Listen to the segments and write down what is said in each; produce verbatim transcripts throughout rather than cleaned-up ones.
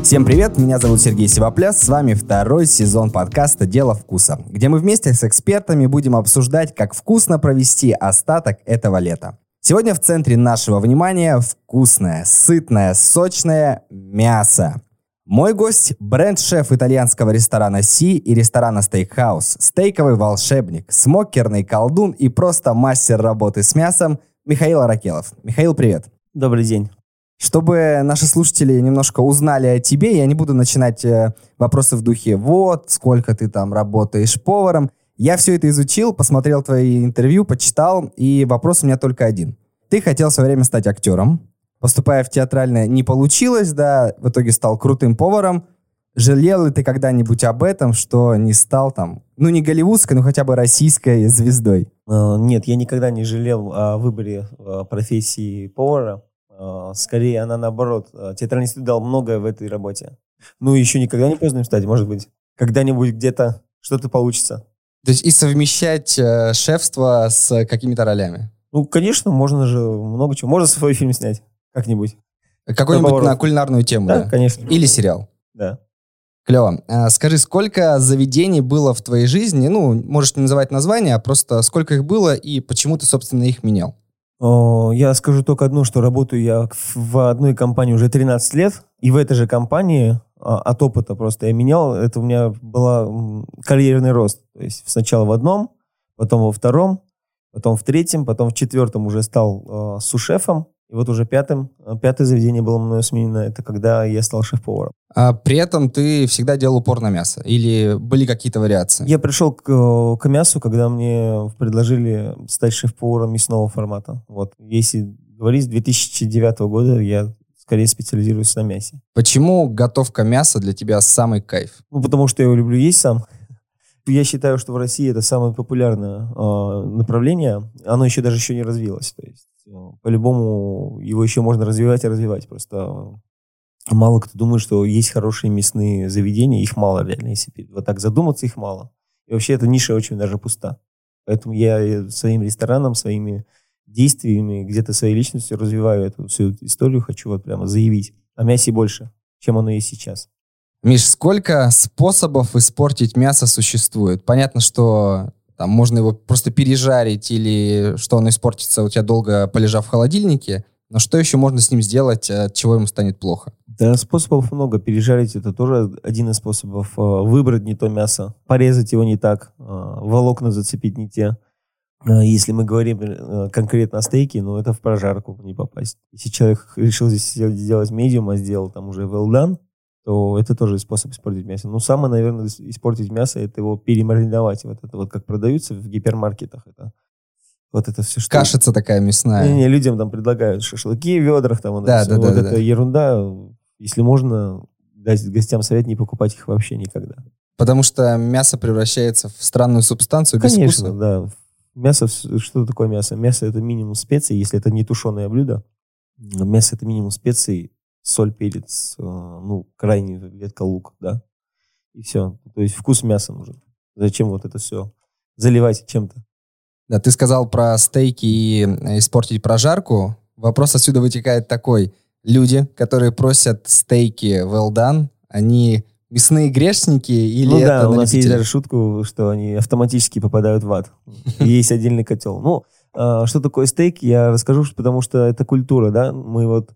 Всем привет, меня зовут Сергей Сивопляс, с вами второй сезон подкаста «Дело вкуса», где мы вместе с экспертами будем обсуждать, как вкусно провести остаток этого лета. Сегодня в центре нашего внимания вкусное, сытное, сочное мясо. Мой гость – бренд-шеф итальянского ресторана «Си» и ресторана «Стейкхаус», стейковый волшебник, смокерный колдун и просто мастер работы с мясом Михаил Аракелов. Михаил, привет. Добрый день. Чтобы наши слушатели немножко узнали о тебе, я не буду начинать э, вопросы в духе «вот, сколько ты там работаешь поваром». Я все это изучил, посмотрел твои интервью, почитал, и вопрос у меня только один. Ты хотел в свое время стать актером. Поступая в театральное, не получилось, да, в итоге стал крутым поваром. Жалел ли ты когда-нибудь об этом, что не стал там, ну не голливудской, но хотя бы российской звездой? Uh, нет, я никогда не жалел о выборе uh, профессии повара. Uh, скорее, она наоборот. Uh, театральный институт дал многое в этой работе. Ну, еще никогда не поздно им стать, может быть. Когда-нибудь где-то что-то получится. То есть и совмещать э, шефство с какими-то ролями? Ну, конечно, можно же много чего. Можно свой фильм снять как-нибудь. Какой-нибудь на кулинарную тему, да? Да, конечно. Или сериал. Да. Клево. А, скажи, сколько заведений было в твоей жизни? Ну, можешь не называть названия, а просто сколько их было и почему ты, собственно, их менял? О, я скажу только одно, что работаю я в одной компании уже тринадцать лет, и в этой же компании от опыта просто я менял. Это у меня был карьерный рост. То есть сначала в одном, потом во втором, потом в третьем, потом в четвертом уже стал э, су-шефом. И вот уже пятым, пятое заведение было мною сменено, это когда я стал шеф-поваром. А при этом ты всегда делал упор на мясо? Или были какие-то вариации? Я пришел к, к мясу, когда мне предложили стать шеф-поваром мясного формата. Вот. Если говорить, с две тысячи девятого года я скорее специализируюсь на мясе. Почему готовка мяса для тебя самый кайф? Ну, потому что я его люблю есть сам. Я считаю, что в России это самое популярное э, направление. Оно еще даже еще не развилось. То есть, э, по-любому его еще можно развивать и развивать. Просто э, мало кто думает, что есть хорошие мясные заведения. Их мало реально. Если вот так задуматься, их мало. И вообще эта ниша очень даже пуста. Поэтому я своим рестораном, своими действиями, где-то своей личностью развиваю эту всю историю. Хочу вот прямо заявить о мясе больше, чем оно есть сейчас. Миш, сколько способов испортить мясо существует? Понятно, что там можно его просто пережарить или что оно испортится у тебя долго полежав в холодильнике, но что еще можно с ним сделать, от чего ему станет плохо? Да, способов много. Пережарить — это тоже один из способов. Выбрать не то мясо, порезать его не так, волокна зацепить не те. Если мы говорим конкретно о стейке, ну это в прожарку не попасть. Если человек решил здесь сделать медиум, а сделал там уже well done, то это тоже способ испортить мясо. Ну, самое, наверное, испортить мясо — это его перемариновать. Вот это вот как продаются в гипермаркетах. Это, вот это все, что... Кашица такая мясная. Не-не, людям там предлагают шашлыки в ведрах. Там, да, да, вот да, это да. ерунда. Если можно, дать гостям совет не покупать их вообще никогда. Потому что мясо превращается в странную субстанцию без Конечно, вкуса. да. Мясо, что такое мясо? Мясо — это минимум специй, если это не тушеное блюдо. Мясо — это минимум специй. Соль, перец, ну, крайне редко лук, да, и все. То есть вкус мяса нужен. Зачем вот это все заливать чем-то? Да, ты сказал про стейки и испортить прожарку. Вопрос отсюда вытекает такой. Люди, которые просят стейки well done, они мясные грешники или ну, это да, у нас есть любителя? даже шутку, что они автоматически попадают в ад. Есть отдельный котел. Ну, что такое стейк, я расскажу, потому что это культура, да. Мы вот...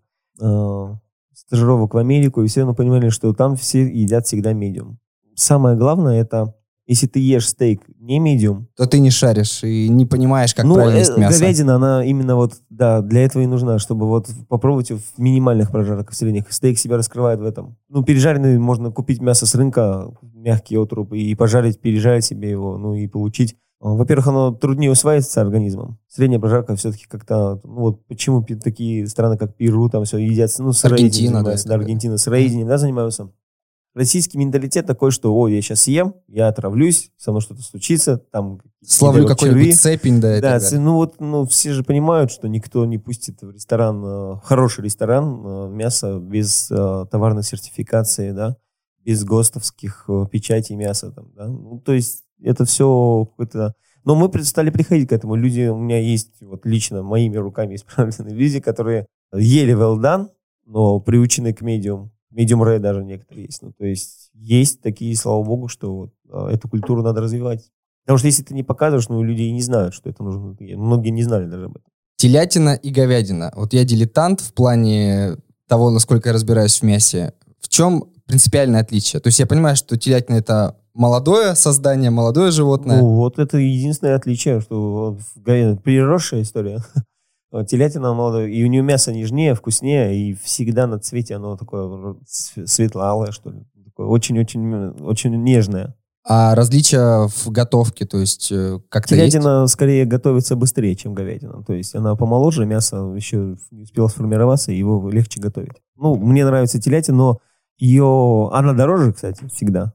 стажировок в Америку, и все равно понимали, что там все едят всегда медиум. Самое главное — это, если ты ешь стейк не медиум, то ты не шаришь и не понимаешь, как ну, правильно есть мясо. Говядина, она именно вот, да, для этого и нужна, чтобы вот попробовать в минимальных прожарках, в средних. Стейк себя раскрывает в этом. Ну, пережаренный можно купить мясо с рынка, мягкий отруб, и пожарить, пережарить себе его, ну, и получить. Во-первых, оно труднее усваивается организмом. Средняя прожарка все-таки как-то... Ну вот почему такие страны, как Перу, там все едят... Ну, Аргентина, да, да, Аргентина, сыроедением, да, занимаются. Российский менталитет такой, что, о, я сейчас съем, я отравлюсь, со мной что-то случится, там... Словлю какой-нибудь цепень, да, и да, так далее. ну вот, ну, все же понимают, что никто не пустит в ресторан, в хороший ресторан, мясо без э, товарной сертификации, да, без ГОСТовских э, печатей мяса, там, да. Ну, то есть это все какое-то... Но мы стали приходить к этому. Люди, у меня есть вот лично моими руками исправленные люди, которые ели well done, но приучены к медиум. medium rare даже некоторые есть. Ну, то есть есть такие, слава богу, что вот, а, эту культуру надо развивать. Потому что если ты не показываешь, ну, люди и не знают, что это нужно. Многие не знали даже об этом. Телятина и говядина. Вот я дилетант в плане того, насколько я разбираюсь в мясе. В чем принципиальное отличие? То есть я понимаю, что телятина — это молодое создание, молодое животное. Ну, вот это единственное отличие, что говядина приросшая история. Телятина молодая, и у нее мясо нежнее, вкуснее, и всегда на цвете оно такое светло-алое, что ли. Очень-очень очень нежное. А различия в готовке, то есть как-то телятина есть? Скорее готовится быстрее, чем говядина. То есть она помоложе, мясо еще не успело сформироваться, и его легче готовить. Ну, мне нравится телятина, но ее... Она дороже, кстати, всегда.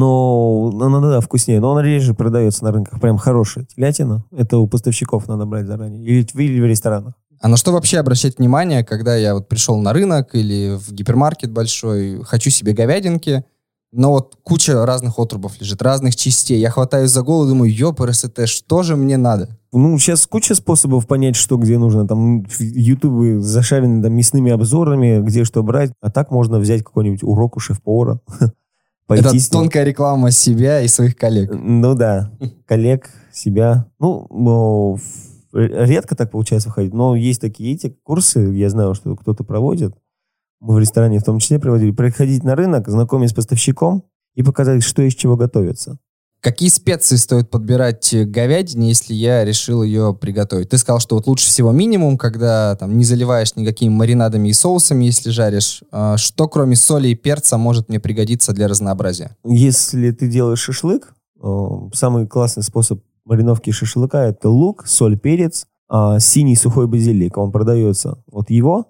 Но она, да, вкуснее. Но она реже продается на рынках. Прям хорошая телятина. Это у поставщиков надо брать заранее. Или, или в ресторанах. А на что вообще обращать внимание, когда я вот пришел на рынок или в гипермаркет большой, хочу себе говядинки, но вот куча разных отрубов лежит, разных частей. Я хватаюсь за голову, думаю, ёпрст, что же мне надо? Ну, сейчас куча способов понять, что где нужно. Там ютубы зашарены там, мясными обзорами, где что брать. А так можно взять какой-нибудь урок у шеф-повара. Это тонкая реклама себя и своих коллег. Ну да, коллег, себя. Ну, редко так получается выходить, но есть такие эти курсы, я знаю, что кто-то проводит. Мы в ресторане в том числе проводили. Приходить на рынок, знакомиться с поставщиком и показать, что из чего готовится. Какие специи стоит подбирать к говядине, если я решил ее приготовить? Ты сказал, что вот лучше всего минимум, когда там не заливаешь никакими маринадами и соусами, если жаришь. Что кроме соли и перца может мне пригодиться для разнообразия? Если ты делаешь шашлык, самый классный способ мариновки шашлыка — это лук, соль, перец, синий сухой базилик. Он продается. Вот его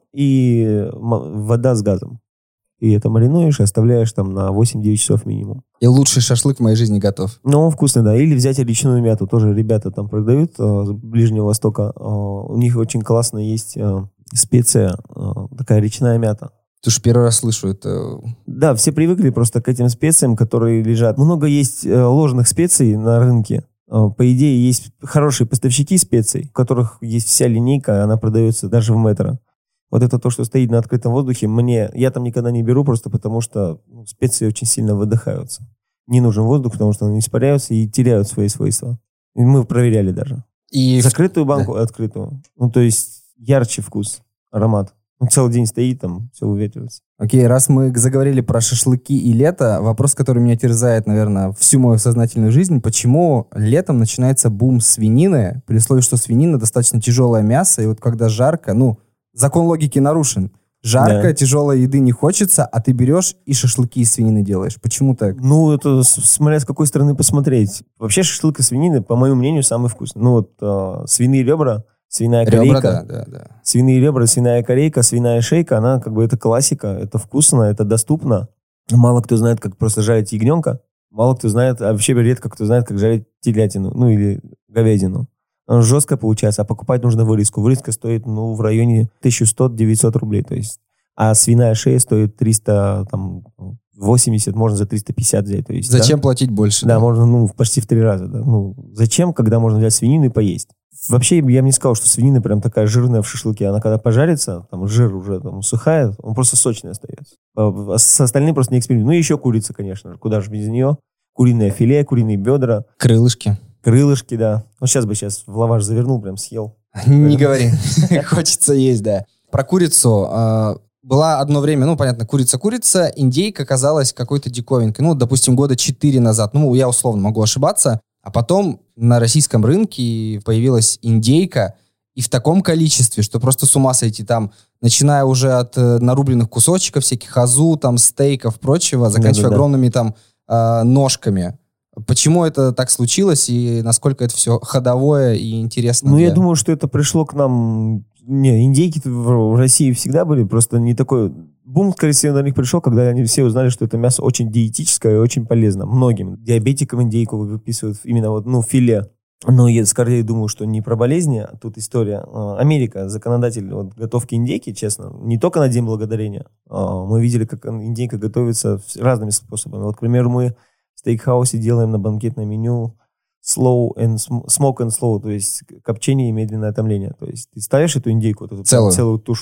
и вода с газом. И это маринуешь и оставляешь там на восемь-девять часов минимум. И лучший шашлык в моей жизни готов. Ну, он вкусный, да. Или взять речную мяту. Тоже ребята там продают э, с Ближнего Востока. Э, у них очень классно есть э, специя, э, такая речная мята. Ты уж первый раз слышу это. Да, все привыкли просто к этим специям, которые лежат. Много есть э, ложных специй на рынке. Э, по идее, есть хорошие поставщики специй, у которых есть вся линейка, она продается даже в метро. Вот это то, что стоит на открытом воздухе, мне, я там никогда не беру, просто потому что ну, специи очень сильно выдыхаются. Не нужен воздух, потому что они испаряются и теряют свои свойства. И мы проверяли даже. И закрытую банку, да. Открытую. Ну, то есть ярче вкус, аромат. Он целый день стоит там, все выветривается. Окей, раз мы заговорили про шашлыки и лето, вопрос, который меня терзает, наверное, всю мою сознательную жизнь, почему летом начинается бум свинины, при условии, что свинина достаточно тяжелое мясо, и вот когда жарко, ну, закон логики нарушен. Жарко, да. Тяжелой еды не хочется, а ты берешь и шашлыки из свинины делаешь. Почему так? Ну, это смотря с какой стороны посмотреть. Вообще шашлык из свинины, по моему мнению, самый вкусный. Ну, вот э, свиные ребра, свиная ребра, корейка. Да, да, да. Свиные ребра, свиная корейка, свиная шейка, она как бы это классика, это вкусно, это доступно. Мало кто знает, как просто жарить ягненка. Мало кто знает, а вообще редко кто знает, как жарить телятину, ну, или говядину. Оно жестко получается, а покупать нужно вырезку. Вырезка стоит, ну, в районе тысяча сто - девятьсот рублей, то есть. А свиная шея стоит триста восемьдесят, можно за триста пятьдесят взять. То есть, зачем да? платить больше? Да, да, можно, ну, почти в три раза. Да. Ну, зачем, когда можно взять свинину и поесть? Вообще, я бы не сказал, что свинина прям такая жирная в шашлыке. Она когда пожарится, там жир уже там усыхает, он просто сочный остается. А с остальным просто не экспериментируем. Ну, и еще курица, конечно. Куда же без нее? Куриное филе, куриные бедра. Крылышки. Крылышки, да. Ну, сейчас бы сейчас в лаваш завернул, прям съел. Не говори. Хочется есть, да. Про курицу. Была одно время, ну, понятно, курица-курица, индейка казалась какой-то диковинкой. Ну, допустим, года четыре назад. Ну, я условно могу ошибаться. А потом на российском рынке появилась индейка. И в таком количестве, что просто с ума сойти. Там, начиная уже от нарубленных кусочков, всяких азу, там, стейков, прочего, заканчивая да, да, огромными там ножками. Почему это так случилось и насколько это все ходовое и интересно? Ну, для... я думаю, что это пришло к нам... Не, индейки в России всегда были, просто не такой... Бум, скорее всего, на них пришел, когда они все узнали, что это мясо очень диетическое и очень полезно. Многим диабетикам индейку выписывают именно вот, ну, филе. Но я скорее думаю, что не про болезни, а тут история. Америка, законодатель вот, готовки индейки, честно, не только на День Благодарения. Мы видели, как индейка готовится разными способами. Вот, к примеру, мы в стейкхаусе делаем на банкетное меню slow and smoke and slow, то есть копчение и медленное томление. То есть ты ставишь эту индейку, вот эту целую. целую тушу,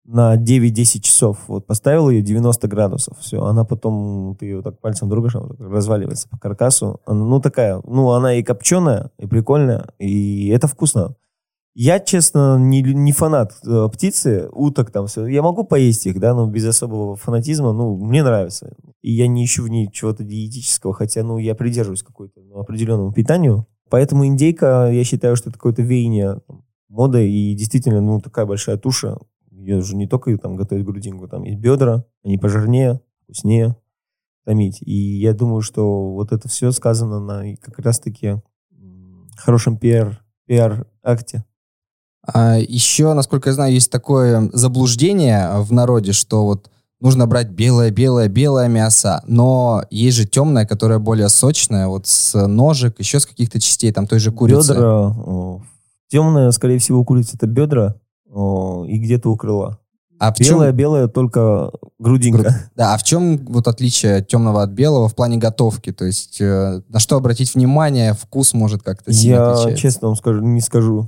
на девять-десять часов. Вот поставил ее девяносто градусов. Все, она потом, ты ее так пальцем трогаешь, она разваливается по каркасу. Она, ну, такая, ну, она и копченая, и прикольная, и это вкусно. Я, честно, не, не фанат э, птицы, уток там все. Я могу поесть их, да, но без особого фанатизма, ну, мне нравится. И я не ищу в ней чего-то диетического, хотя, ну, я придерживаюсь какой-то ну, определенному питанию. Поэтому индейка, я считаю, что это какое-то веяние там, моды, и действительно, ну, такая большая туша. Я же не только там готовить грудинку, там есть бедра, они пожирнее, вкуснее томить. И я думаю, что вот это все сказано на как раз-таки хорошем пиар, пиар-акте. А еще, насколько я знаю, есть такое заблуждение в народе, что вот нужно брать белое-белое-белое мясо, но есть же темное, которое более сочное, вот с ножек, еще с каких-то частей, там той же курицы. Бедра, о, темное, скорее всего, у курицы это бедра о, и где-то у крыла. А белое-белое только грудинка. Груд... Да, а в чем вот отличие темного от белого в плане готовки? То есть э, на что обратить внимание, вкус может как-то сильно Я отличается? Я честно вам скажу, не скажу,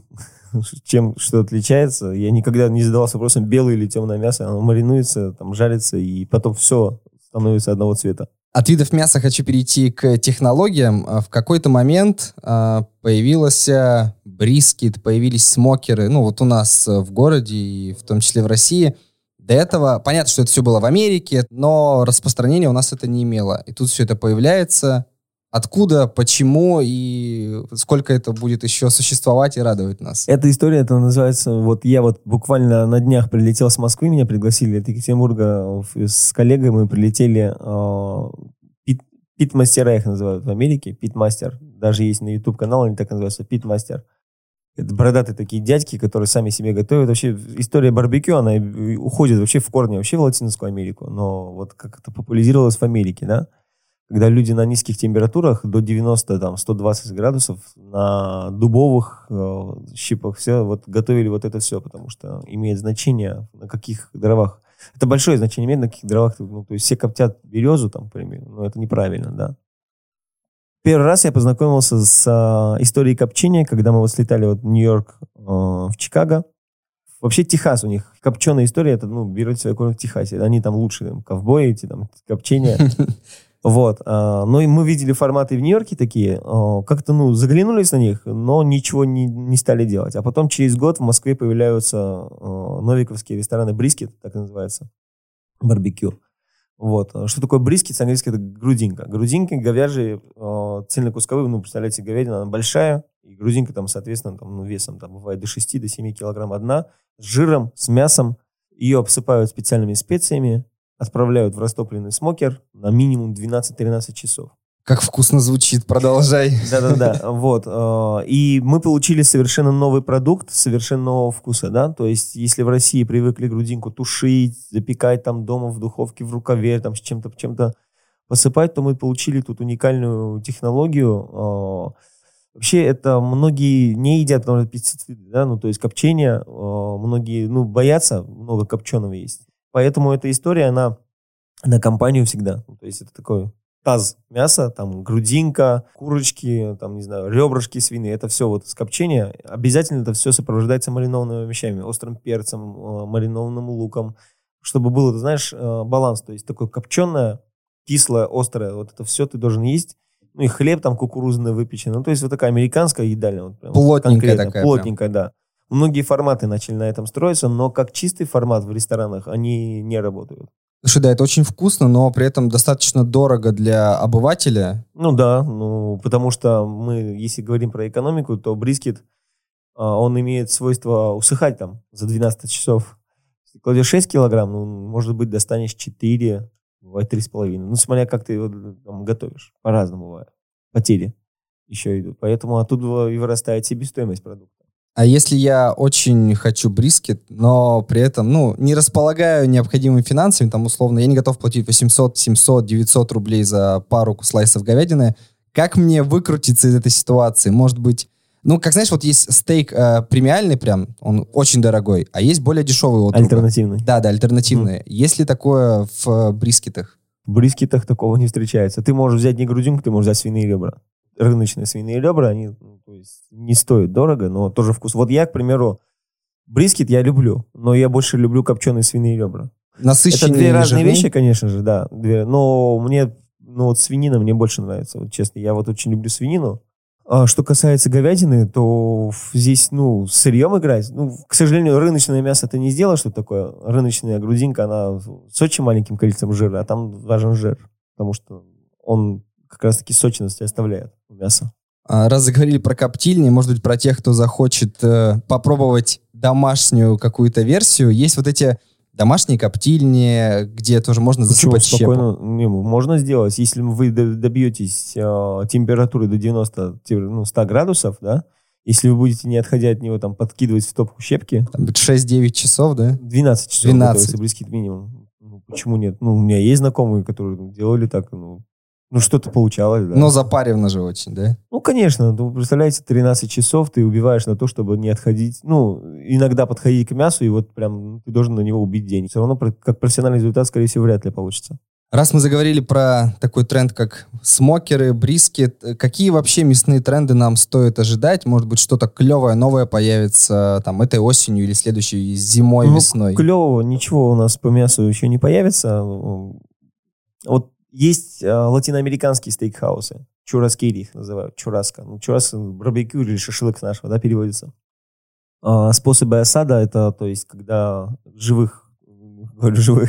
чем что отличается. Я никогда не задавался вопросом, белое или темное мясо. Оно маринуется, там, жарится, и потом все становится одного цвета. От видов мяса хочу перейти к технологиям. В какой-то момент э, появился брискет, появились смокеры. Ну, вот у нас в городе и в том числе в России. До этого, понятно, что это все было в Америке, но распространения у нас это не имело. И тут все это появляется. Откуда, почему и сколько это будет еще существовать и радовать нас? Эта история, это называется, вот я вот буквально на днях прилетел с Москвы, меня пригласили от Екатеринбурга с коллегой, мы прилетели, э, пит, питмастера их называют в Америке, питмастер, даже есть на YouTube-канал, они так называются, питмастер. Это бородатые такие дядьки, которые сами себе готовят. Вообще история барбекю, она уходит вообще в корни, вообще в Латинскую Америку, но вот как это популяризировалось в Америке, да? Когда люди на низких температурах до девяноста, там, сто двадцать градусов на дубовых э, щипах все вот готовили вот это все, потому что имеет значение на каких дровах. Это большое значение имеет на каких дровах. Ну, то есть все коптят березу, там, например, но это неправильно, да. Первый раз я познакомился с э, историей копчения, когда мы вот слетали вот в Нью-Йорк, э, в Чикаго. Вообще Техас у них, копченая история, это, ну, берете свою в Техасе. Они там лучшие, там, ковбои эти, там, копчения. Вот. Ну и мы видели форматы в Нью-Йорке такие, как-то, ну, заглянулись на них, но ничего не, не стали делать. А потом через год в Москве появляются новиковские рестораны брискет, так и называется, барбекю. Вот. Что такое брискет? С английского это грудинка. Грудинки говяжьи, цельнокусковые, ну, представляете, говядина, она большая, и грудинка там, соответственно, там, ну, весом там, бывает до шести, до семи килограмм одна, с жиром, с мясом. Ее обсыпают специальными специями, отправляют в растопленный смокер на минимум двенадцать-тринадцать часов. Как вкусно звучит, продолжай. Да-да-да, вот. И мы получили совершенно новый продукт, совершенно нового вкуса, да, то есть если в России привыкли грудинку тушить, запекать там дома в духовке, в рукаве, там с чем-то, чем-то посыпать, то мы получили тут уникальную технологию. Вообще это многие не едят, потому что пестициды, да, ну то есть копчение, многие, ну, боятся, много копченого есть. Поэтому эта история, она на компанию всегда. То есть это такой таз мяса, там грудинка, курочки, там, не знаю, ребрышки свиные. Это все вот с копчения. Обязательно это все сопровождается маринованными вещами. Острым перцем, маринованным луком. Чтобы был, ты знаешь, баланс. То есть такое копченое, кислое, острое. Вот это все ты должен есть. Ну и хлеб там кукурузный выпечен. Ну то есть вот такая американская едальня. Вот прям плотненькая такая. Плотненькая, прям. Да. Многие форматы начали на этом строиться, но как чистый формат в ресторанах они не работают. Слушай, да, это очень вкусно, но при этом достаточно дорого для обывателя. Ну да, ну потому что мы, если говорим про экономику, то брискет, он имеет свойство усыхать там за двенадцать часов. Если кладешь шесть килограмм, ну, может быть, достанешь четыре, бывает три с половиной. Ну, смотря как ты его там готовишь. По-разному бывает. Потери еще идут. Поэтому оттуда и вырастает себестоимость продукта. А если я очень хочу брискет, но при этом, ну, не располагаю необходимыми финансами, там, условно, я не готов платить восемьсот, семьсот, девятьсот рублей за пару слайсов говядины, как мне выкрутиться из этой ситуации? Может быть, ну, как знаешь, вот есть стейк э, премиальный прям, он очень дорогой, а есть более дешевый отруба. Альтернативный. Да, да, альтернативные. Mm. Есть ли такое в э, брискетах? В брискетах такого не встречается. Ты можешь взять не грудинку, ты можешь взять свиные ребра. Рыночные свиные ребра, они, ну, то есть не стоят дорого, но тоже вкус. Вот я, к примеру, Брискет я люблю, но я больше люблю копченые свиные ребра. Насыщенные, это две разные жирные? вещи, конечно же, да. Две. Но мне, ну вот свинина мне больше нравится, вот честно. Я вот очень люблю свинину. А что касается говядины, то здесь, ну, с сырьем играть. Ну, к сожалению, рыночное мясо ты не сделаешь, что такое. Рыночная грудинка, она с очень маленьким количеством жира, а там важен жир, потому что он как раз-таки сочность оставляет мясо. А раз заговорили про коптильни, может быть, про тех, кто захочет э, попробовать домашнюю какую-то версию, есть вот эти домашние коптильни, где тоже можно засыпать щепу. Спокойно, не, можно сделать. Если вы добьетесь э, температуры до девяноста, ну, ста градусов, да, если вы будете, не отходя от него, там, подкидывать в топку щепки... шесть-девять часов, да? двенадцать часов. двенадцать. Это близкий минимум. Ну, почему нет? Ну, у меня есть знакомые, которые делали так, ну... Ну, что-то получалось, да. Но запарено же очень, да? Ну, конечно. Ну, представляете, тринадцать часов ты убиваешь на то, чтобы не отходить. Ну, иногда подходить к мясу, и вот прям ты должен на него убить день. Все равно как профессиональный результат, скорее всего, вряд ли получится. Раз мы заговорили про такой тренд, как смокеры, брискет, какие вообще мясные тренды нам стоит ожидать? Может быть, что-то клевое, новое появится там этой осенью или следующей зимой, ну, весной? Клевого ничего у нас по мясу еще не появится. Вот есть а, латиноамериканские стейкхаусы. Чураскири их называют. Чураска. Ну, чураско, барбекю или шашлык нашего, да, переводится. А, способы осада, это, то есть, когда живых, говорю, живых.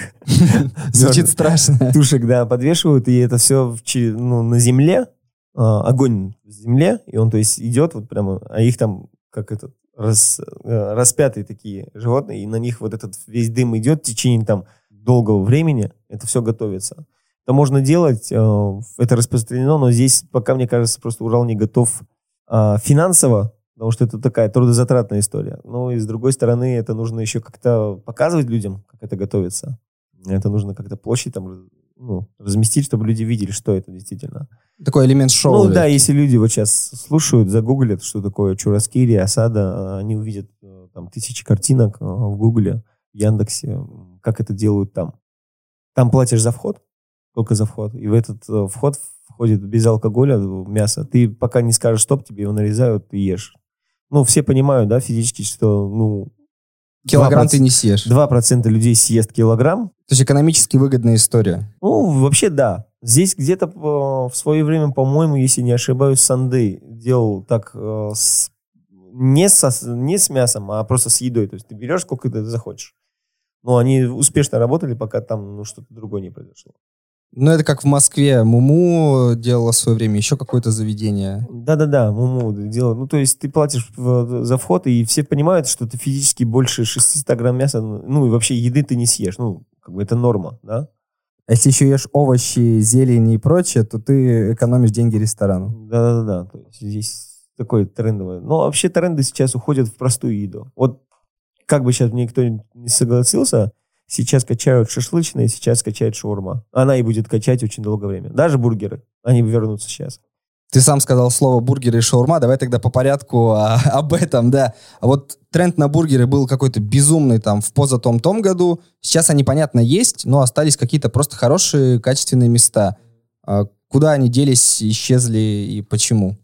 Звучит страшно. Тушек, да, подвешивают, и это все ну, на земле, а, огонь в земле, и он, то есть, идет вот прямо, а их там, как этот, рас, распятые такие животные, и на них вот этот весь дым идет в течение там долгого времени, это все готовится. Это можно делать, это распространено, но здесь пока, мне кажется, просто Урал не готов финансово, потому что это такая трудозатратная история. Ну и с другой стороны, это нужно еще как-то показывать людям, как это готовится. Это нужно как-то площадь там, ну, разместить, чтобы люди видели, что это действительно. Такой элемент шоу. Ну да, если люди вот сейчас слушают, загуглят, что такое чураскири, осада, они увидят там тысячи картинок в Гугле, в Яндексе, как это делают там. Там платишь за вход, только за вход. И в этот э, вход входит без алкоголя мясо. Ты пока не скажешь стоп, тебе его нарезают, ты ешь. Ну, все понимают, да, физически, что, ну... Килограмм ты не съешь. два процента людей съест килограмм. То есть экономически выгодная история. Ну, вообще, да. Здесь где-то в свое время, по-моему, если не ошибаюсь, Сандей делал так э, с, не, со, не с мясом, а просто с едой. То есть ты берешь, сколько ты захочешь. Но они успешно работали, пока там ну, что-то другое не произошло. Ну, это как в Москве Муму делала в свое время, еще какое-то заведение. Да-да-да, Муму делала. Ну, то есть ты платишь в, за вход, и все понимают, что ты физически больше шестьсот грамм мяса, ну, и вообще еды ты не съешь. Ну, как бы это норма, да? А если еще ешь овощи, зелень и прочее, то ты экономишь деньги ресторану. Да-да-да, то есть здесь такой трендовый. Но вообще тренды сейчас уходят в простую еду. Вот как бы сейчас никто не согласился, сейчас качают шашлычные, сейчас качает шаурма. Она и будет качать очень долгое время. Даже бургеры, они вернутся сейчас. Ты сам сказал слово бургеры и шаурма, давай тогда по порядку а, об этом, да. А вот тренд на бургеры был какой-то безумный там в позатом-том году. Сейчас они, понятно, есть, но остались какие-то просто хорошие, качественные места. А куда они делись, исчезли и почему?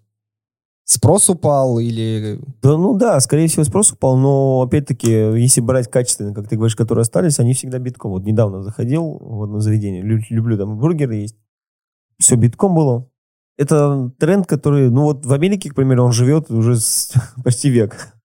Спрос упал или... Да, ну да, скорее всего спрос упал, но опять-таки, если брать качественные, как ты говоришь, которые остались, они всегда битком. Вот недавно заходил в одно заведение, люблю, там бургеры есть, все битком было. Это тренд, который, ну вот в Америке, к примеру, он живет уже с, почти век.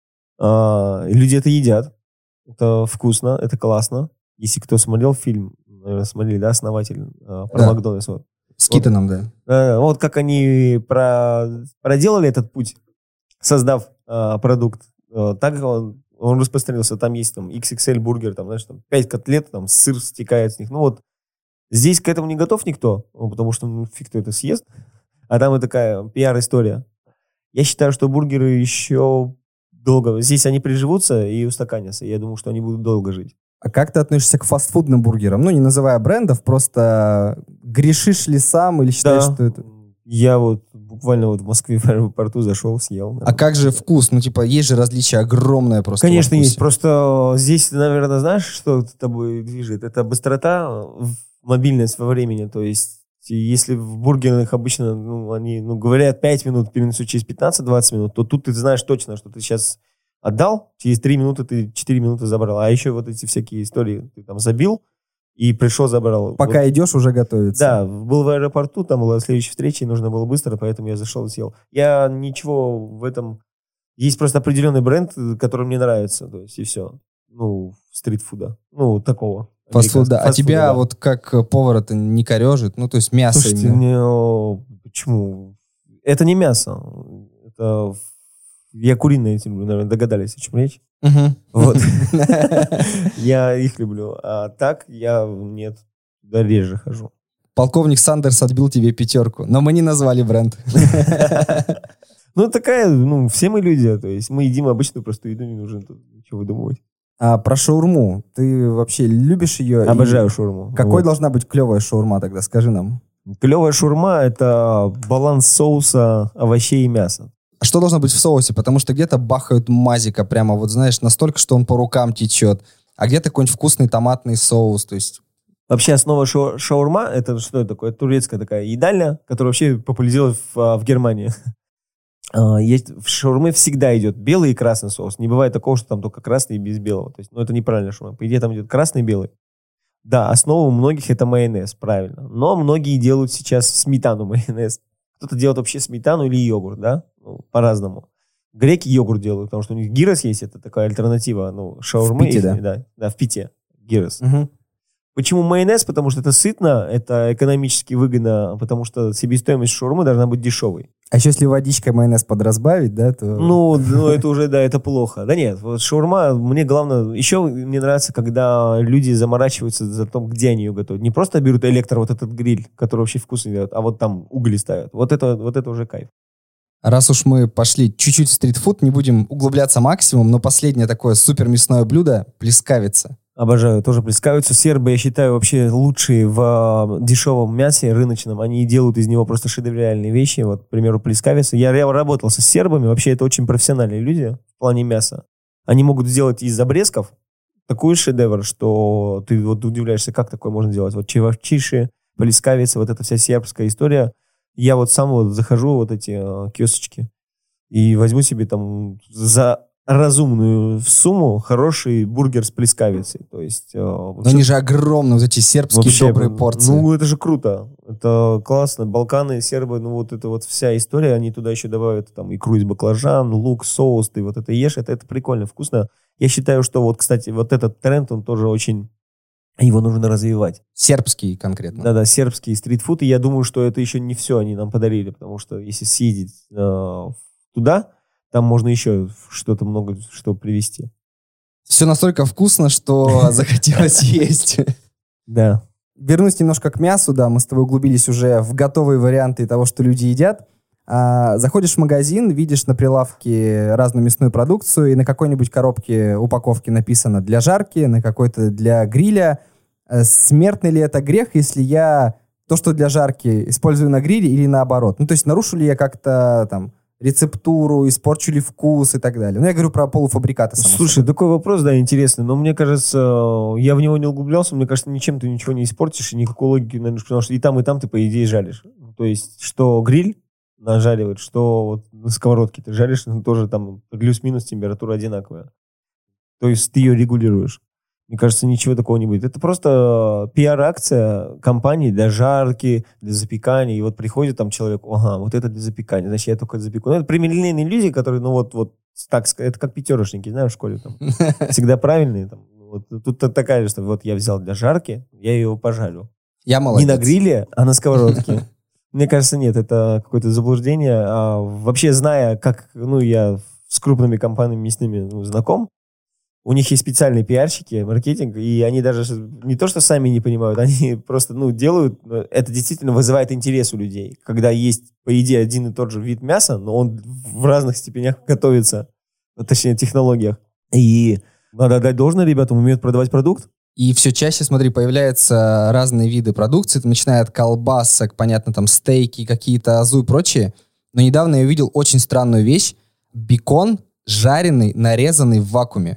А, люди это едят, это вкусно, это классно. Если кто смотрел фильм, наверное, смотрели, да, «Основатель», а, про да. Макдональдс, вот. С Китоном, вот, да. Вот как они про, проделали этот путь, создав э, продукт, э, так он, он распространился. Там есть там икс икс эль бургер, там, знаешь, там пять котлет, там сыр стекает с них. Ну вот здесь к этому не готов никто, ну, потому что ну, фиг кто это съест. А там и такая пиар-история. Я считаю, что бургеры еще долго... Здесь они приживутся и устаканятся. Я думаю, что они будут долго жить. А как ты относишься к фастфудным бургерам? Ну, не называя брендов, просто грешишь ли сам или считаешь, да. что это... Я вот буквально вот в Москве в аэропорту зашел, съел. А как же вкус? Ну, типа, есть же различия огромное просто. Конечно, есть. Просто здесь, наверное, знаешь, что тобой движет? Это быстрота, мобильность во времени. То есть, если в бургерах обычно, ну, они, ну, говорят пять минут, перенесут через пятнадцать-двадцать минут, то тут ты знаешь точно, что ты сейчас отдал, через три минуты ты четыре минуты забрал. А еще вот эти всякие истории, ты там забил и пришел, забрал. Пока вот. идешь, уже готовится. Да, был в аэропорту, там была следующая встреча, и нужно было быстро, поэтому я зашел и съел. Я ничего в этом... Есть просто определенный бренд, который мне нравится, то есть и все. Ну, стритфуда. Ну, такого. Фастфуда. А тебя да. вот как повара-то не корежит? Ну, то есть мясо Слушайте, именно. Не... Почему? Это не мясо. Это... Я куриные эти люблю, наверное, догадались, о чем речь. Вот. Я их люблю. А так я нет, да реже хожу. Полковник Сандерс отбил тебе пятерку, но мы не назвали бренд. Ну, такая, ну, все мы люди, то есть мы едим обычную простую еду, не нужно тут ничего выдумывать. А про шаурму, ты вообще любишь ее? Обожаю шаурму. Какой вот. Должна быть клевая шаурма тогда, скажи нам. Клевая шаурма – это баланс соуса, овощей и мяса. А что должно быть в соусе? Потому что где-то бахают мазика прямо, вот знаешь, настолько, что он по рукам течет, а где-то какой-нибудь вкусный томатный соус, то есть... Вообще основа ша- шаурма – это что это такое? Турецкая такая едальня, которая вообще популяризировалась в, в Германии. Есть, в шаурме всегда идет белый и красный соус. Не бывает такого, что там только красный и без белого. То есть, ну, это неправильно шаурма. По идее, там идет красный и белый. Да, основа у многих это майонез, правильно. Но многие делают сейчас сметану майонез. Кто-то делает вообще сметану или йогурт, да? Ну, по-разному. Греки йогурт делают, потому что у них гирос есть, это такая альтернатива, ну, шаурмы. В Пите, да? Да, да, в Пите. Гирос. Угу. Почему майонез? Потому что это сытно, это экономически выгодно, потому что себестоимость шаурмы должна быть дешевой. А еще если водичкой майонез подразбавить, да, то... Ну, ну, это уже, да, это плохо. Да нет, вот шаурма, мне главное... Еще мне нравится, когда люди заморачиваются за то, где они ее готовят. Не просто берут электро, вот этот гриль, который вообще вкусный делает, а вот там угли ставят. Вот это, вот это уже кайф. Раз уж мы пошли чуть-чуть в стритфуд, не будем углубляться максимум, но последнее такое супер мясное блюдо – плескавица. Обожаю, тоже плескавицу. Сербы, я считаю, вообще лучшие в дешевом мясе рыночном. Они делают из него просто шедевральные вещи. Вот, к примеру, плескавица. Я работал со сербами. Вообще, это очень профессиональные люди в плане мяса. Они могут сделать из обрезков такой шедевр, что ты вот удивляешься, как такое можно делать. Вот чевапчиши, плескавица, вот эта вся сербская история. Я вот сам вот захожу вот эти э, киосочки и возьму себе там за... разумную сумму хороший бургер с плескавицей. То есть, э, Но они же огромные, вот эти сербские вообще, добрые порции. Ну, это же круто. Это классно. Балканы, сербы, ну, вот это вот вся история, они туда еще добавят там икру из баклажан, лук, соус, ты вот это ешь, это, это прикольно, вкусно. Я считаю, что вот, кстати, вот этот тренд, он тоже очень... Его нужно развивать. Сербский конкретно. Да-да, сербский стритфуд. И я думаю, что это еще не все они нам подарили, потому что если съездить э, туда, там можно еще что-то много что привезти. Все настолько вкусно, что захотелось есть. Да. Вернусь немножко к мясу, да, мы с тобой углубились уже в готовые варианты того, что люди едят. А, заходишь в магазин, видишь на прилавке разную мясную продукцию, и на какой-нибудь коробке упаковки написано «для жарки», на какой-то «для гриля». Смертный ли это грех, если я то, что для жарки, использую на гриле или наоборот? Ну, то есть нарушу ли я как-то там рецептуру, испорчу ли вкус и так далее. Ну, я говорю про полуфабрикаты. Слушай, собой. Такой вопрос, да, интересный, но мне кажется, я в него не углублялся, мне кажется, ничем ты ничего не испортишь, и никакой логики, наверное, потому что и там, и там ты, по идее, жаришь. То есть, что гриль нажаривает, что вот на сковородке ты жаришь, ну, тоже там плюс-минус температура одинаковая. То есть, ты ее регулируешь. Мне кажется, ничего такого не будет. Это просто пиар-акция компании для жарки, для запекания. И вот приходит там человек, ага, вот это для запекания, значит, я только запеку. Ну, это прямолинейные люди, которые, ну, вот, вот так сказать, это как пятерочники, знаешь, в школе там. Всегда правильные. Там, вот, тут такая же, что вот я взял для жарки, я ее пожарю. Я молодец. Не на гриле, а на сковородке. Мне кажется, нет, это какое-то заблуждение. А вообще, зная, как, ну, я с крупными компаниями мясными ну, знаком, у них есть специальные пиарщики, маркетинг, и они даже не то, что сами не понимают, они просто, ну, делают, это действительно вызывает интерес у людей, когда есть, по идее, один и тот же вид мяса, но он в разных степенях готовится, точнее, технологиях. И надо отдать должное ребятам, умеют продавать продукт. И все чаще, смотри, появляются разные виды продукции, начиная от колбасок, понятно, там, стейки, какие-то азу и прочее. Но недавно я увидел очень странную вещь. Бекон жареный, нарезанный в вакууме.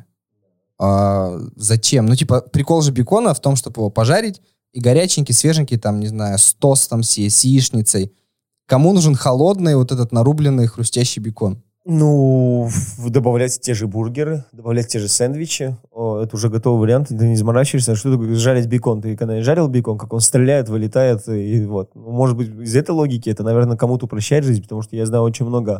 А, зачем? Ну, типа, прикол же бекона в том, чтобы его пожарить, и горяченький, свеженький, там, не знаю, с тостом, с, с яичницей. Кому нужен холодный вот этот нарубленный хрустящий бекон? Ну, добавлять те же бургеры, добавлять те же сэндвичи. О, это уже готовый вариант, ты не заморачиваешься. Что такое жарить бекон? Ты когда жарил бекон, как он стреляет, вылетает, и вот. Может быть, из этой логики это, наверное, кому-то упрощает жизнь, потому что я знаю очень много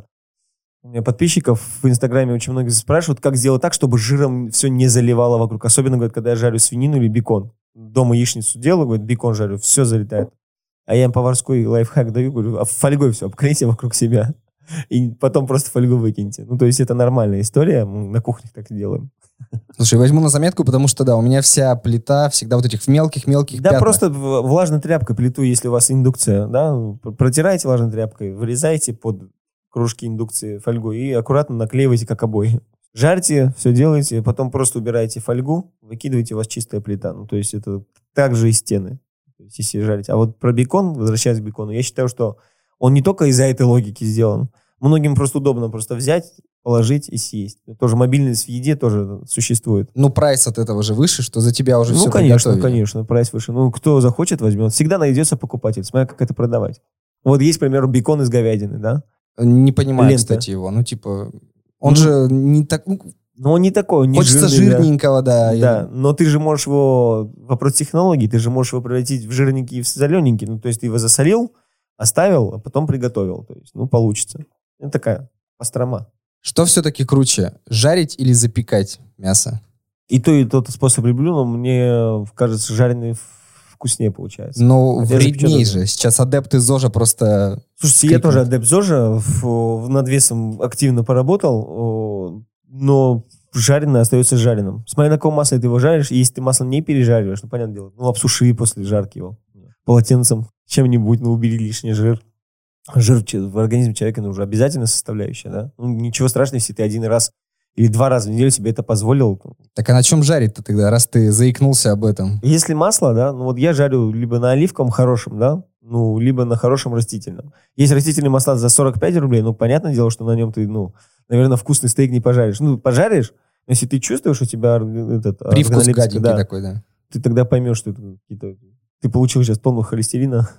у меня подписчиков в Инстаграме, очень многие спрашивают, как сделать так, чтобы жиром все не заливало вокруг. Особенно, говорят, когда я жарю свинину или бекон. Дома яичницу делаю, говорят, бекон жарю, все залетает. А я им поварской лайфхак даю, говорю, а фольгой все обклейте вокруг себя. И потом просто фольгу выкиньте. Ну, то есть это нормальная история. Мы на кухне так и делаем. Слушай, возьму на заметку, потому что, да, у меня вся плита всегда вот этих мелких-мелких Да, пятнах. просто влажной тряпкой плиту, если у вас индукция, да, протирайте влажной тряпкой, вырезайте под кружки индукции фольгу и аккуратно наклеивайте, как обои. Жарьте, все делайте, потом просто убираете фольгу, выкидываете, у вас чистая плита. Ну, то есть это также и стены, то есть, если жарить. А вот про бекон, возвращаясь к бекону, я считаю, что он не только из-за этой логики сделан. Многим просто удобно просто взять, положить и съесть. Тоже мобильность в еде тоже существует. Ну, прайс от этого же выше, что за тебя уже ну, все конечно, приготовили. конечно, прайс выше. Ну, кто захочет, возьмет. Всегда найдется покупатель, смотря как это продавать. Вот есть, к примеру, бекон из говядины, да? Не понимаю, Лента. кстати, его. Ну, типа, он Ну, же не так... Ну, но он не такой, он не хочется жирный, жирненького, да. Да, да, но ты же можешь его... Вопрос технологий. Ты же можешь его превратить в жирненький и в солененький. Ну, то есть ты его засолил, оставил, а потом приготовил. То есть, ну, получится. Это такая пастрома. Что все-таки круче, жарить или запекать мясо? И то, и тот способ люблю, но мне кажется, жареный вкуснее получается. Ну, Хотя вредней запечённый. же. Сейчас адепты ЗОЖа просто... Слушайте, я тоже адепт ЗОЖа, в, в над весом активно поработал, о, но жареное остается жареным. Смотря на каком масле ты его жаришь, и если ты масло не пережариваешь, ну, понятное дело, ну, обсуши после жарки его полотенцем, чем-нибудь, ну, убери лишний жир. Жир в организме человека ну, уже обязательно составляющая, да? Ну, ничего страшного, если ты один раз или два раза в неделю себе это позволил. Так а на чем жарить-то тогда, раз ты заикнулся об этом? Если масло, да, ну вот я жарю либо на оливковом хорошем, да, ну, либо на хорошем растительном. Есть растительные масла за сорок пять рублей, ну, понятное дело, что на нем ты, ну, наверное, вкусный стейк не пожаришь. Ну, пожаришь, но если ты чувствуешь, у тебя этот... Привкус гаденький да, такой, да. Ты тогда поймешь, что это какие-то... Ты получил сейчас тонну холестерина.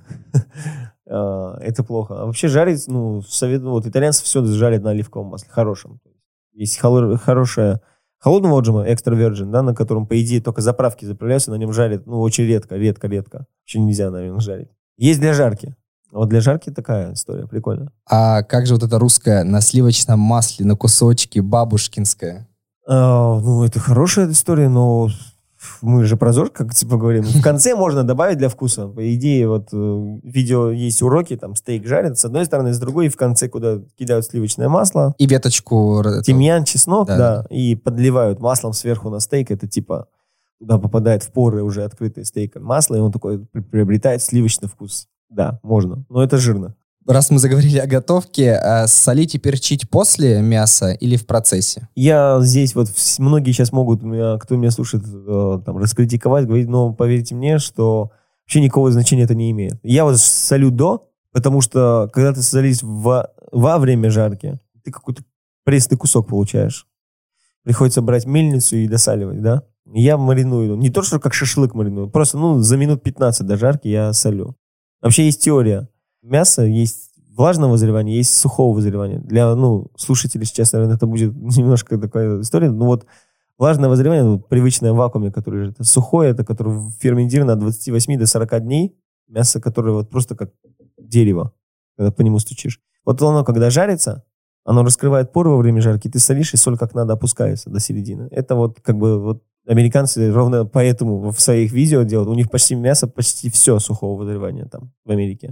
Это плохо. А вообще жарить, ну, совет, вот итальянцы все жарят на оливковом масле, хорошем. Есть хорошее холодного отжима, экстра virgin, да, на котором, по идее, только заправки заправляются, на нем жарят, ну, очень редко, редко, редко. Еще нельзя, наверное, жарить. Есть для жарки. Вот для жарки такая история, прикольно. А как же вот это русское на сливочном масле, на кусочки, бабушкинское? А, ну, это хорошая история, но мы же про ЗОЖ, как типа говорим. В конце можно добавить для вкуса. По идее, вот э, видео есть уроки, там стейк жарят с одной стороны, с другой, и в конце, куда кидают сливочное масло. И веточку... Тимьян, чеснок, да. да, и подливают маслом сверху на стейк. Это типа туда попадает в поры уже открытые стейком масло, и он такой приобретает сливочный вкус. Да, можно, но это жирно. Раз мы заговорили о готовке, а солить и перчить после мяса или в процессе? Я здесь вот, многие сейчас могут, меня, кто меня слушает, там, раскритиковать, говорить, но поверьте мне, что вообще никакого значения это не имеет. Я вот солю до, потому что когда ты солишь во, во время жарки, ты какой-то пресный кусок получаешь. Приходится брать мельницу и досаливать, да? Я мариную. Не то, что как шашлык мариную, просто, ну, за минут пятнадцать до жарки я солю. Вообще есть теория. Мясо есть влажного вызревания, есть сухого вызревания. Для, ну, слушателей сейчас, наверное, это будет немножко такая история. Ну вот влажное вызревание, ну, привычное в вакууме, которое это сухое, это которое ферментировано от двадцати восьми до сорока дней. Мясо, которое вот просто как дерево, когда по нему стучишь. Вот оно, когда жарится, оно раскрывает поры во время жарки, ты солишь, и соль как надо опускается до середины. Это вот как бы вот американцы ровно поэтому в своих видео делают. У них почти мясо, почти все сухого вызревания там в Америке.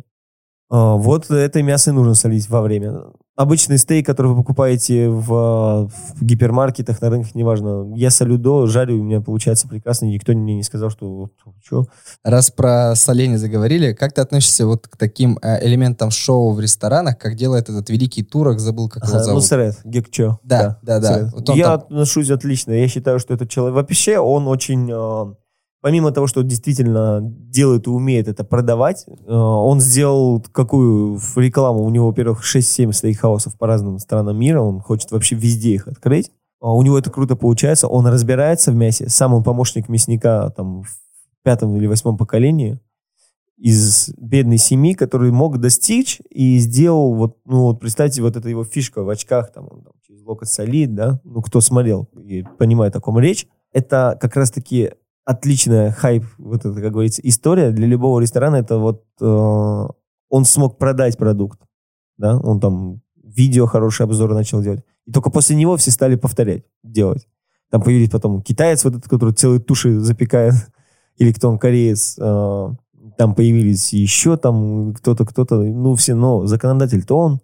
Вот это мясо и нужно солить во время. Обычный стейк, который вы покупаете в, в гипермаркетах, на рынках, неважно. Я солю до, жарю, у меня получается прекрасно. Никто мне не сказал, что... что? Раз про соление заговорили, как ты относишься вот к таким элементам шоу в ресторанах, как делает этот великий турок, забыл, как его ага, зовут? Ну, Сред, Гекчо. Да, да, да. да. Вот я там... отношусь отлично. Я считаю, что этот человек... Вообще, он очень... Помимо того, что действительно делает и умеет это продавать, он сделал какую рекламу. У него, во-первых, шесть-семь стейкхаусов по разным странам мира. Он хочет вообще везде их открыть. У него это круто получается. Он разбирается в мясе. Сам он помощник мясника там, в пятом или восьмом поколении. из бедной семьи, который мог достичь и сделал, вот, ну, вот представьте, вот эта его фишка в очках, там, он там, через локоть солид, да, ну, кто смотрел и понимает, о ком речь, это как раз-таки отличная хайп, вот это, как говорится, история для любого ресторана, это вот э, он смог продать продукт, да, он там видео хорошие обзоры начал делать, и только после него все стали повторять, делать. Там появились потом китаец вот этот, который целые туши запекает, или кто он, кореец, э, там появились еще там кто-то, кто-то, ну все, но законодатель-то он,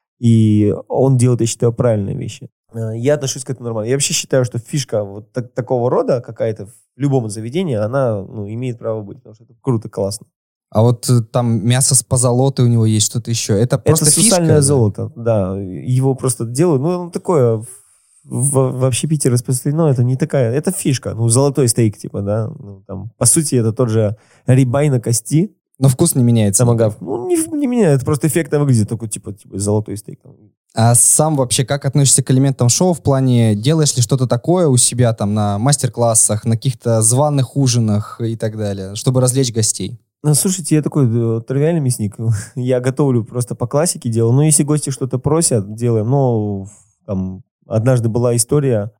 и он делает, я считаю, правильные вещи. Я отношусь к этому нормально. Я вообще считаю, что фишка вот так, такого рода какая-то в любом заведении, она, ну, имеет право быть, потому что это круто, классно. А вот там мясо с позолотой у него есть, что-то еще. Это просто это фишка? сусальное да? золото, да. Его просто делают, ну, оно такое... В, в общепите распространено, это не такая, это фишка, ну, золотой стейк, типа, да, ну, там, по сути, это тот же рибай на кости. Но вкус не меняется. Томагавк. Ну, не, не меняется, просто эффектно выглядит, только, типа, типа, золотой стейк. А сам вообще как относишься к элементам шоу в плане, делаешь ли что-то такое у себя там на мастер-классах, на каких-то званых ужинах и так далее, чтобы развлечь гостей? Ну, слушайте, я такой э, тривиальный мясник, я готовлю просто по классике, делаю, ну, если гости что-то просят, делаем, ну, там, однажды была история,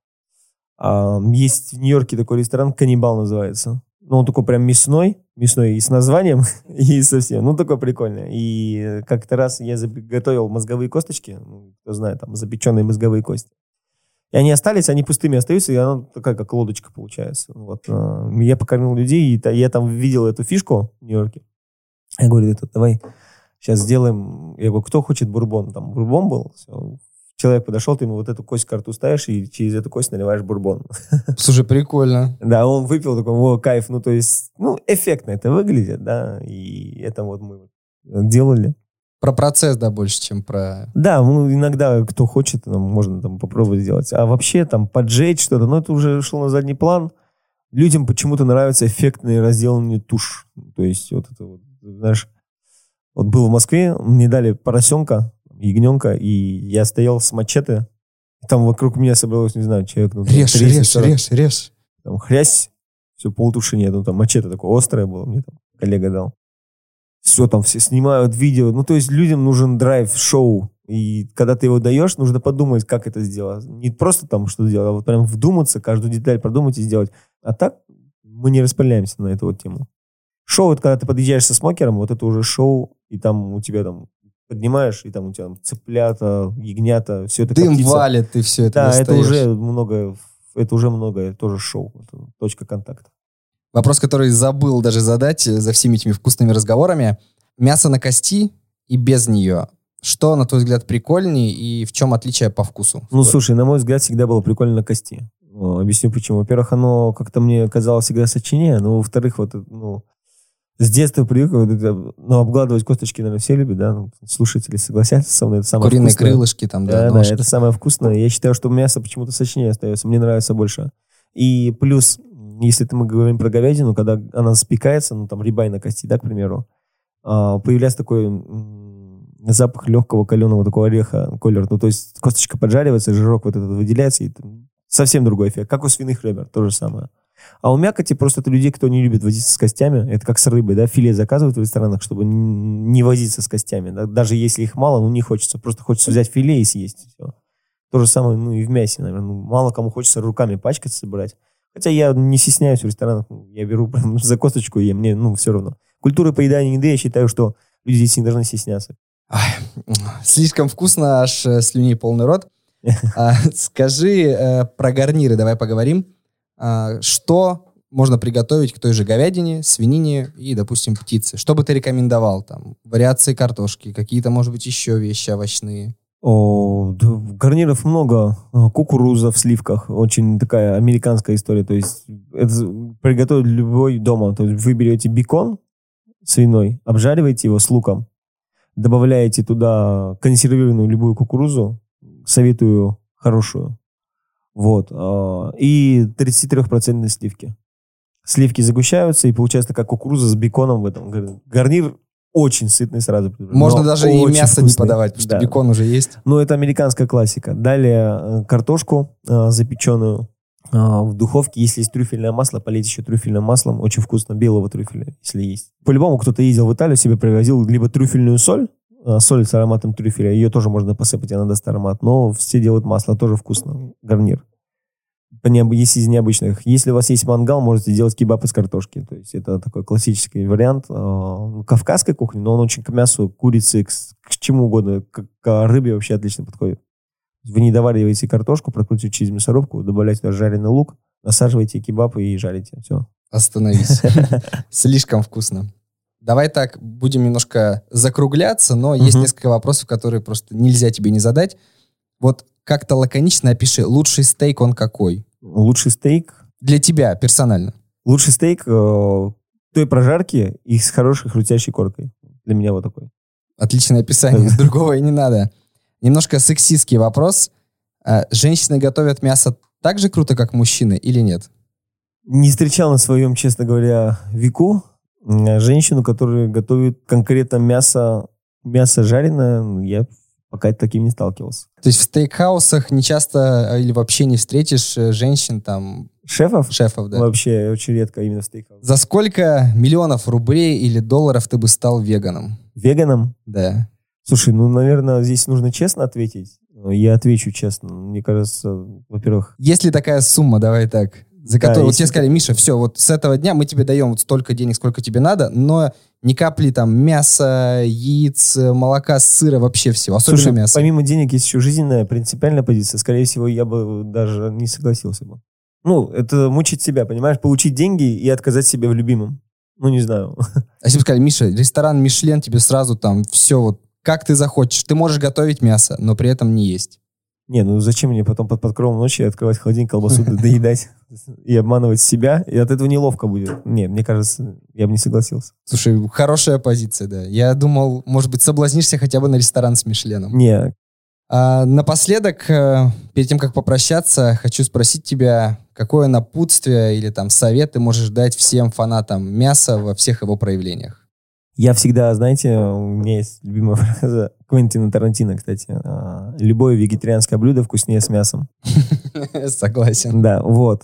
а, есть в Нью-Йорке такой ресторан, «Каннибал» называется. Ну, он такой прям мясной, мясной и с названием, и совсем. Ну, такой прикольный. И как-то раз я готовил мозговые косточки, ну, кто знает, там, запеченные мозговые кости. И они остались, они пустыми остаются, и она такая, как лодочка получается. Вот. Я покормил людей, и я там видел эту фишку в Нью-Йорке. Я говорю, это, давай сейчас сделаем... Я говорю, кто хочет бурбон? Там бурбон был, все. Человек подошел, ты ему вот эту кость к рту ставишь, и через эту кость наливаешь бурбон. Слушай, прикольно. Да, он выпил, такой, о, кайф. Ну, то есть, ну, эффектно это выглядит, да, и это вот мы делали. Про процесс, да, больше, чем про... Да, ну, иногда, кто хочет, ну, можно там попробовать сделать. А вообще, там, поджечь что-то, ну, это уже шло на задний план. Людям почему-то нравится эффектный разделанный тушь. То есть, вот это вот, знаешь, вот был в Москве, мне дали поросенка, ягненка, и я стоял с мачете, там вокруг меня собралось, не знаю, человек... Ну, режь, режь, режь, режь. Там хрясь, все, полтуши нет, ну там мачете такое острое было, мне там коллега дал. Все, там все снимают видео, ну то есть людям нужен драйв, шоу, и когда ты его даешь, нужно подумать, как это сделать. Не просто там что-то делать, а вот прям вдуматься, каждую деталь продумать и сделать. А так мы не распыляемся на эту вот тему. Шоу, это когда ты подъезжаешь со смокером, вот это уже шоу, и там у тебя там поднимаешь, и там у тебя там цыплята, ягнята, все это дым коптится. валит, ты все это Да, достаешь. это уже много, это уже много, тоже шоу, это точка контакта. Вопрос, который забыл даже задать за всеми этими вкусными разговорами. Мясо на кости и без нее. Что, на твой взгляд, прикольнее и в чем отличие по вкусу? Ну, слушай, на мой взгляд, всегда было прикольно на кости. Ну, объясню почему. Во-первых, оно как-то мне казалось всегда сочнее, но во-вторых, вот, ну, с детства привык, вот это, ну, обгладывать косточки, наверное, все любят, да, ну, слушатели согласятся со мной, это самое Куриные вкусное. крылышки там, да, Да, ножки. да, это самое вкусное. Я считаю, что мясо почему-то сочнее остается, мне нравится больше. И плюс, если мы говорим про говядину, когда она запекается, ну, там, рибай на кости, да, к примеру, появляется такой м- запах легкого каленого такого ореха, колер, ну, то есть косточка поджаривается, жирок вот этот выделяется, и там совсем другой эффект, как у свиных ребер, то же самое. А у мякоти просто это людей, кто не любит возиться с костями. Это как с рыбой, да, филе заказывают в ресторанах, чтобы не возиться с костями. Да? Даже если их мало, ну не хочется. Просто хочется взять филе и съесть. Все. То же самое, ну и в мясе, наверное. Ну, мало кому хочется руками пачкаться, собирать. Хотя я не стесняюсь в ресторанах. Я беру прям за косточку и ем. Мне, ну, все равно. Культура поедания еды, я считаю, что люди здесь не должны стесняться. Ой, слишком вкусно, аж слюней полный рот. А, скажи э, про гарниры, давай поговорим. А, что можно приготовить к той же говядине, свинине и, допустим, птице? Что бы ты рекомендовал? Там, вариации картошки, какие-то, может быть, еще вещи овощные? О, да, гарниров много. Кукуруза в сливках. Очень такая американская история. То есть это приготовить любой дома. То есть вы берете бекон свиной, обжариваете его с луком, добавляете туда консервированную любую кукурузу, советую хорошую. Вот. И тридцать три процента сливки. Сливки загущаются, и получается такая кукуруза с беконом в этом. Гарнир очень сытный сразу. Можно даже и мясо вкусный. не подавать, потому Да. что бекон уже есть. Ну, это американская классика. Далее картошку запеченную А, в духовке, если есть трюфельное масло, полить еще трюфельным маслом. Очень вкусно, белого трюфеля, если есть. По-любому кто-то ездил в Италию, себе привозил либо трюфельную соль, а, соль с ароматом трюфеля, ее тоже можно посыпать, она даст аромат. Но все делают масло, тоже вкусно, гарнир. Если из необычных. Если у вас есть мангал, можете делать кебаб из картошки. То есть это такой классический вариант э, кавказской кухни, но он очень к мясу, курице, к, к чему угодно. К, к рыбе вообще отлично подходит. Вы не довариваете картошку, прокрутите через мясорубку, добавляете туда жареный лук, насаживаете кебаб и жарите. Все. Остановись. Слишком вкусно. Давай так, будем немножко закругляться, но есть несколько вопросов, которые просто нельзя тебе не задать. Вот как-то лаконично опиши, лучший стейк он какой? Лучший стейк? Для тебя персонально. Лучший стейк э, той прожарки и с хорошей хрустящей коркой. Для меня вот такой. Отличное описание, другого и не надо. Немножко сексистский вопрос. А женщины готовят мясо так же круто, как мужчины, или нет? Не встречал на своем, честно говоря, веку женщину, которая готовит конкретно мясо, мясо жареное. Я пока таким не сталкивался. То есть в стейкхаусах не часто или вообще не встретишь женщин там... Шефов? Шефов, да. Вообще очень редко именно в стейкхаусах. За сколько миллионов рублей или долларов ты бы стал веганом? Веганом? Да. Слушай, ну, наверное, здесь нужно честно ответить. Я отвечу честно. Мне кажется, во-первых... Есть ли такая сумма, давай так, за которую да, вот тебе сказали, Миша, все, вот с этого дня мы тебе даем вот столько денег, сколько тебе надо, но ни капли там мяса, яиц, молока, сыра, вообще всего, особенно Слушай, мясо. Помимо денег есть еще жизненная, принципиальная позиция. Скорее всего, я бы даже не согласился бы. Ну, это мучить себя, понимаешь? Получить деньги и отказать себе в любимом. Ну, не знаю. А если бы сказали, Миша, ресторан Мишлен, тебе сразу там все вот как ты захочешь. Ты можешь готовить мясо, но при этом не есть. Не, ну зачем мне потом под покровом ночи открывать холодильник, колбасу, доедать и обманывать себя? И от этого неловко будет. Не, мне кажется, я бы не согласился. Слушай, хорошая позиция, да. Я думал, может быть, соблазнишься хотя бы на ресторан с Мишленом. Не. А, напоследок, перед тем, как попрощаться, хочу спросить тебя, какое напутствие или там совет ты можешь дать всем фанатам мяса во всех его проявлениях? Я всегда, знаете, у меня есть любимая фраза Квентина Тарантино, кстати. Любое вегетарианское блюдо вкуснее с мясом. Согласен. Да, вот.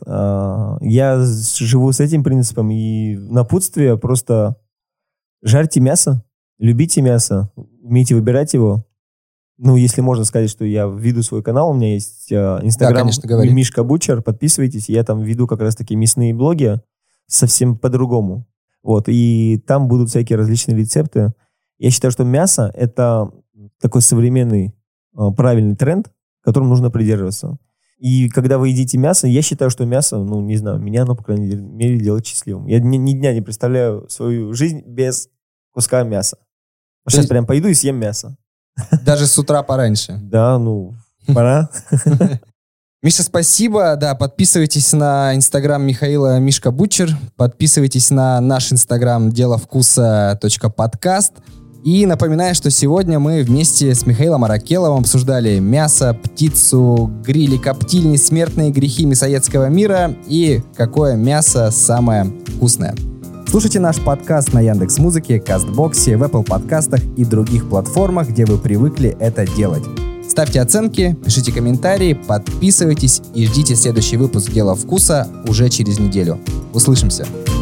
Я живу с этим принципом, и напутствие просто жарьте мясо, любите мясо, умейте выбирать его. Ну, если можно сказать, что я веду свой канал, у меня есть инстаграм да, Мишка Бутчер, подписывайтесь, я там веду как раз-таки мясные блоги совсем по-другому. Вот, и там будут всякие различные рецепты. Я считаю, что мясо – это такой современный правильный тренд, которым нужно придерживаться. И когда вы едите мясо, я считаю, что мясо, ну, не знаю, меня оно, по крайней мере, делает счастливым. Я ни, ни дня не представляю свою жизнь без куска мяса. Сейчас есть... прям пойду и съем мясо. Даже с утра пораньше. Да, ну, пора. Миша, спасибо. Да, подписывайтесь на инстаграм Михаила Мишка Бутчер. Подписывайтесь на наш инстаграм деловкуса точка подкаст. И напоминаю, что сегодня мы вместе с Михаилом Аракеловым обсуждали мясо, птицу, грили, коптильни, смертные грехи мясоедского мира и какое мясо самое вкусное. Слушайте наш подкаст на Яндекс.Музыке, Кастбоксе, в Apple подкастах и других платформах, где вы привыкли это делать. Ставьте оценки, пишите комментарии, подписывайтесь и ждите следующий выпуск «Дела вкуса» уже через неделю. Услышимся!